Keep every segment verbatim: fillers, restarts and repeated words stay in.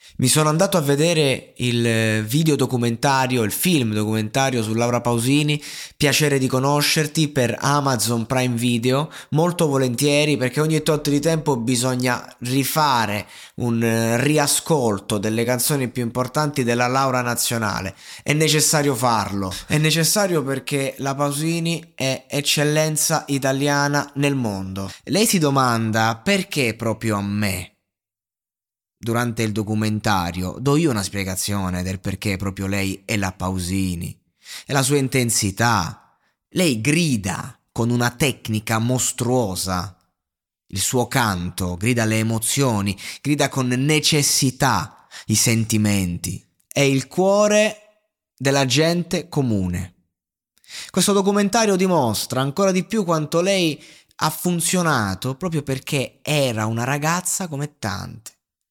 Mi sono andato a vedere il video documentario, il film documentario su Laura Pausini, Piacere di conoscerti, per Amazon Prime Video, molto volentieri perché ogni tot di tempo bisogna rifare un eh, riascolto delle canzoni più importanti della Laura nazionale. È necessario farlo, è necessario perché la Pausini è eccellenza italiana nel mondo. Lei si domanda perché proprio a me? Durante il documentario do io una spiegazione del perché proprio lei è la Pausini e la sua intensità. Lei grida con una tecnica mostruosa. Il suo canto grida le emozioni, grida con necessità i sentimenti. È il cuore della gente comune. Questo documentario dimostra ancora di più quanto lei ha funzionato proprio perché era una ragazza come tante,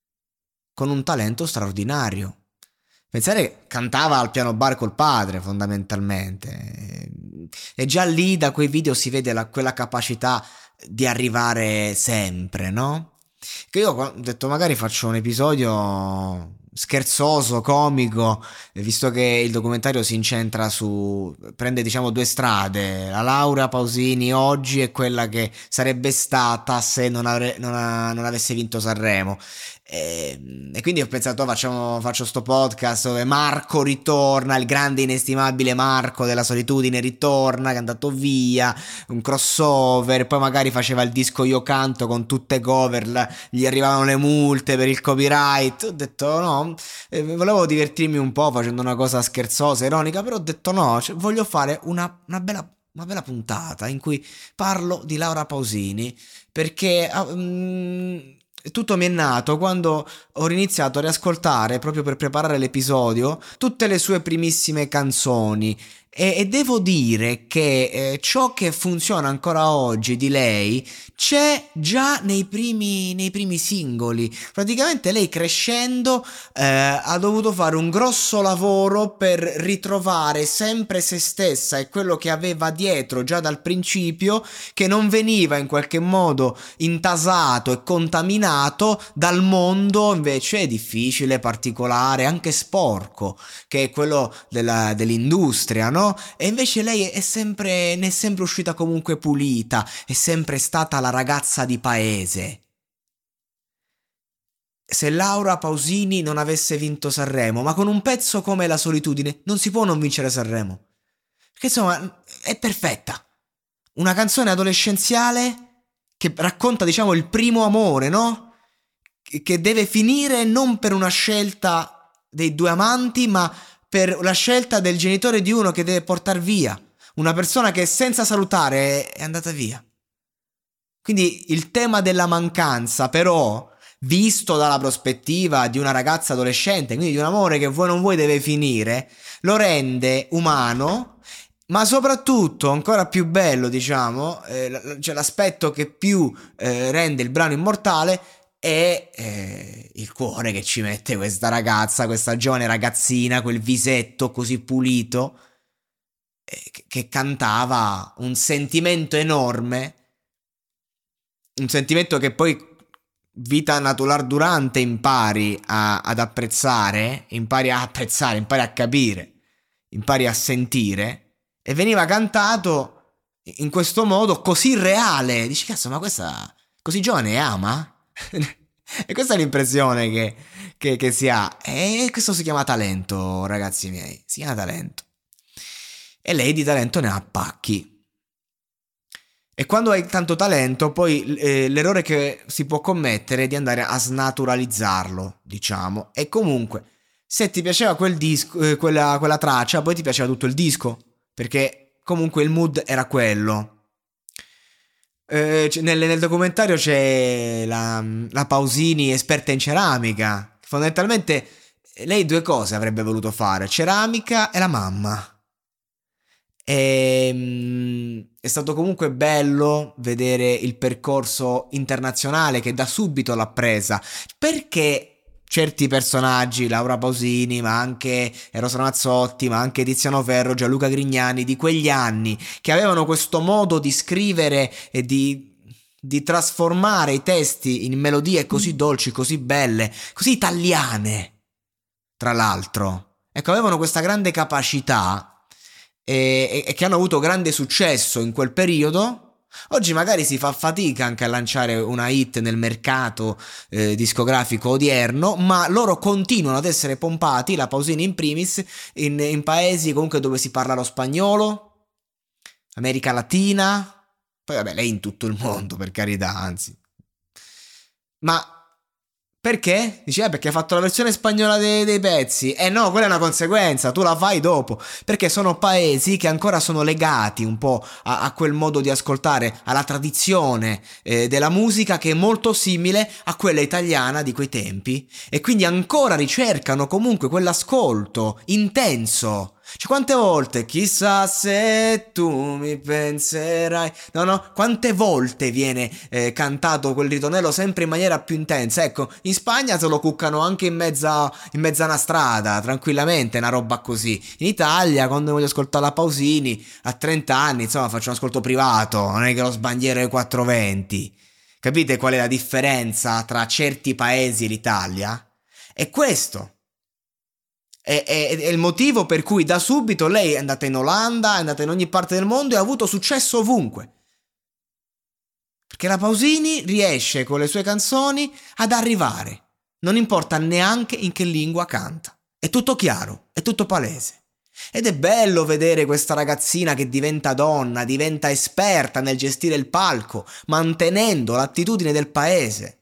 con un talento straordinario. Pensare che cantava al piano bar col padre, fondamentalmente. E già lì da quei video si vede la, quella capacità di arrivare sempre, no? Che io ho detto magari faccio un episodio scherzoso, comico, visto che il documentario si incentra su, prende diciamo due strade, la Laura Pausini oggi e quella che sarebbe stata se non, avre, non, ha, non avesse vinto Sanremo. E, e quindi ho pensato oh, facciamo, faccio sto podcast dove Marco ritorna, il grande inestimabile Marco della solitudine ritorna, che è andato via, un crossover, poi magari faceva il disco Io Canto con tutte cover, la, gli arrivavano le multe per il copyright. Ho detto no, eh, volevo divertirmi un po' facendo una cosa scherzosa, ironica, però ho detto no, cioè, voglio fare una, una bella una bella puntata in cui parlo di Laura Pausini perché um, tutto mi è nato quando ho iniziato a riascoltare, proprio per preparare l'episodio, tutte le sue primissime canzoni. E, e devo dire che eh, ciò che funziona ancora oggi di lei c'è già nei primi, nei primi singoli. Praticamente lei crescendo eh, ha dovuto fare un grosso lavoro per ritrovare sempre se stessa e quello che aveva dietro già dal principio, che non veniva in qualche modo intasato e contaminato dal mondo invece difficile, particolare, anche sporco, che è quello della, dell'industria, no? E invece lei è sempre, ne è sempre uscita comunque pulita, è sempre stata la ragazza di paese. Se Laura Pausini non avesse vinto Sanremo, ma con un pezzo come La solitudine, non si può non vincere Sanremo. Perché insomma, è perfetta. Una canzone adolescenziale che racconta, diciamo, il primo amore, no? Che deve finire non per una scelta dei due amanti, ma per la scelta del genitore di uno che deve portar via una persona che senza salutare è andata via. Quindi il tema della mancanza, però, visto dalla prospettiva di una ragazza adolescente, quindi di un amore che vuoi non vuoi deve finire, lo rende umano, ma soprattutto ancora più bello, diciamo, eh, cioè l'aspetto che più eh, rende il brano immortale è eh, il cuore che ci mette questa ragazza, questa giovane ragazzina, quel visetto così pulito, eh, che, che cantava un sentimento enorme, un sentimento che poi vita natural durante impari a, ad apprezzare, impari a apprezzare, impari a capire, impari a sentire, e veniva cantato in questo modo così reale. Dici cazzo, ma questa così giovane ama? E questa è l'impressione che, che, che si ha. E questo si chiama talento, ragazzi miei, si chiama talento. E lei di talento ne ha pacchi. E quando hai tanto talento, poi eh, l'errore che si può commettere è di andare a snaturalizzarlo, diciamo. E comunque, se ti piaceva quel disco, eh, quella, quella traccia, poi ti piaceva tutto il disco, perché comunque il mood era quello. Eh, nel, nel documentario c'è la, la Pausini esperta in ceramica. Fondamentalmente lei due cose avrebbe voluto fare: ceramica e la mamma. E, è stato comunque bello vedere il percorso internazionale che da subito l'ha presa, perché certi personaggi, Laura Pausini, ma anche Eros Ramazzotti, ma anche Tiziano Ferro, Gianluca Grignani, di quegli anni, che avevano questo modo di scrivere e di di trasformare i testi in melodie così dolci, così belle, così italiane, tra l'altro. Ecco, avevano questa grande capacità e, e che hanno avuto grande successo in quel periodo. Oggi magari si fa fatica anche a lanciare una hit nel mercato eh, discografico odierno, ma loro continuano ad essere pompati, la Pausini in primis, in, in paesi comunque dove si parla lo spagnolo, America Latina, poi vabbè lei in tutto il mondo per carità, anzi. Ma perché? Dici, eh, perché ha fatto la versione spagnola dei, dei pezzi. Eh no, quella è una conseguenza, tu la fai dopo. Perché sono paesi che ancora sono legati un po' a, a quel modo di ascoltare, alla tradizione eh, della musica che è molto simile a quella italiana di quei tempi. E quindi ancora ricercano comunque quell'ascolto intenso. Cioè, quante volte, chissà se tu mi penserai. No, no, quante volte viene eh, cantato quel ritornello sempre in maniera più intensa. Ecco, in Spagna se lo cuccano anche in mezzo, in mezzo a una strada, tranquillamente, una roba così. In Italia, quando voglio ascoltare la Pausini, a trenta anni, insomma, faccio un ascolto privato, non è che lo sbandiero ai quattrocentoventi. Capite qual è la differenza tra certi paesi e l'Italia? È questo. È, è, è il motivo per cui da subito lei è andata in Olanda, è andata in ogni parte del mondo e ha avuto successo ovunque. Perché la Pausini riesce con le sue canzoni ad arrivare. Non importa neanche in che lingua canta. È tutto chiaro, è tutto palese. Ed è bello vedere questa ragazzina che diventa donna, diventa esperta nel gestire il palco, mantenendo l'attitudine del paese.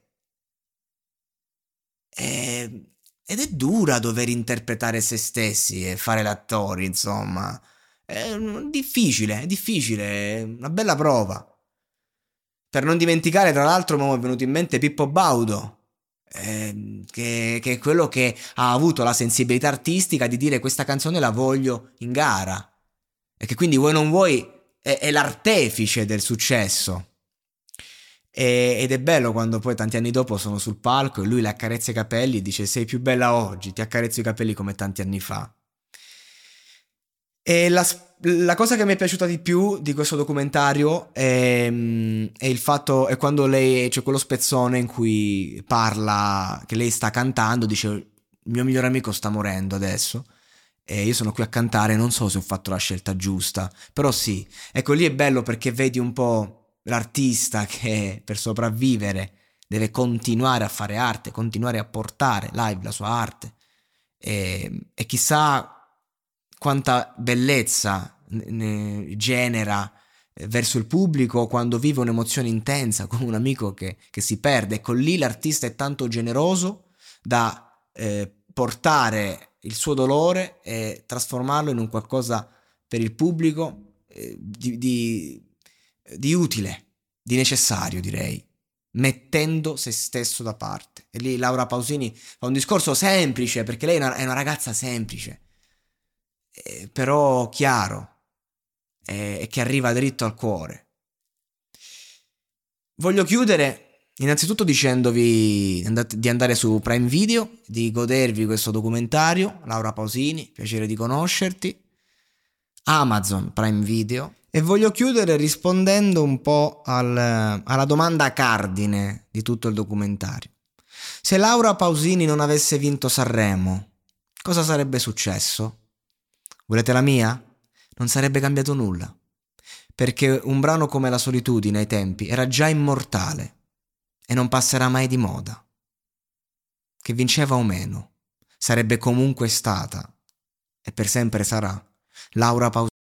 E... Ed è dura dover interpretare se stessi e fare l'attori, insomma. È difficile, è difficile, è una bella prova. Per non dimenticare, tra l'altro, mi è venuto in mente Pippo Baudo, eh, che, che è quello che ha avuto la sensibilità artistica di dire questa canzone la voglio in gara. E che quindi vuoi non vuoi è, è l'artefice del successo. E, ed è bello quando poi tanti anni dopo sono sul palco e lui le accarezza i capelli e dice sei più bella oggi, ti accarezzo i capelli come tanti anni fa. E la, la cosa che mi è piaciuta di più di questo documentario è, è il fatto, è quando lei, c'è quello spezzone in cui parla, che lei sta cantando, dice il mio migliore amico sta morendo adesso e io sono qui a cantare, non so se ho fatto la scelta giusta, però sì, ecco lì è bello perché vedi un po' l'artista che per sopravvivere deve continuare a fare arte, continuare a portare live la sua arte e, e chissà quanta bellezza ne genera verso il pubblico quando vive un'emozione intensa come un amico che, che si perde. Ecco lì l'artista è tanto generoso da eh, portare il suo dolore e trasformarlo in un qualcosa per il pubblico eh, di, di di utile, di necessario direi, mettendo se stesso da parte. E lì Laura Pausini fa un discorso semplice, perché lei è una, è una ragazza semplice, eh, però chiaro, eh, e che arriva dritto al cuore. Voglio chiudere innanzitutto dicendovi andate, di andare su Prime Video, di godervi questo documentario, Laura Pausini, piacere di conoscerti, Amazon Prime Video. E voglio chiudere rispondendo un po' al, alla domanda cardine di tutto il documentario. Se Laura Pausini non avesse vinto Sanremo, cosa sarebbe successo? Volete la mia? Non sarebbe cambiato nulla, perché un brano come La solitudine ai tempi era già immortale e non passerà mai di moda. Che vinceva o meno, sarebbe comunque stata, e per sempre sarà, Laura Pausini.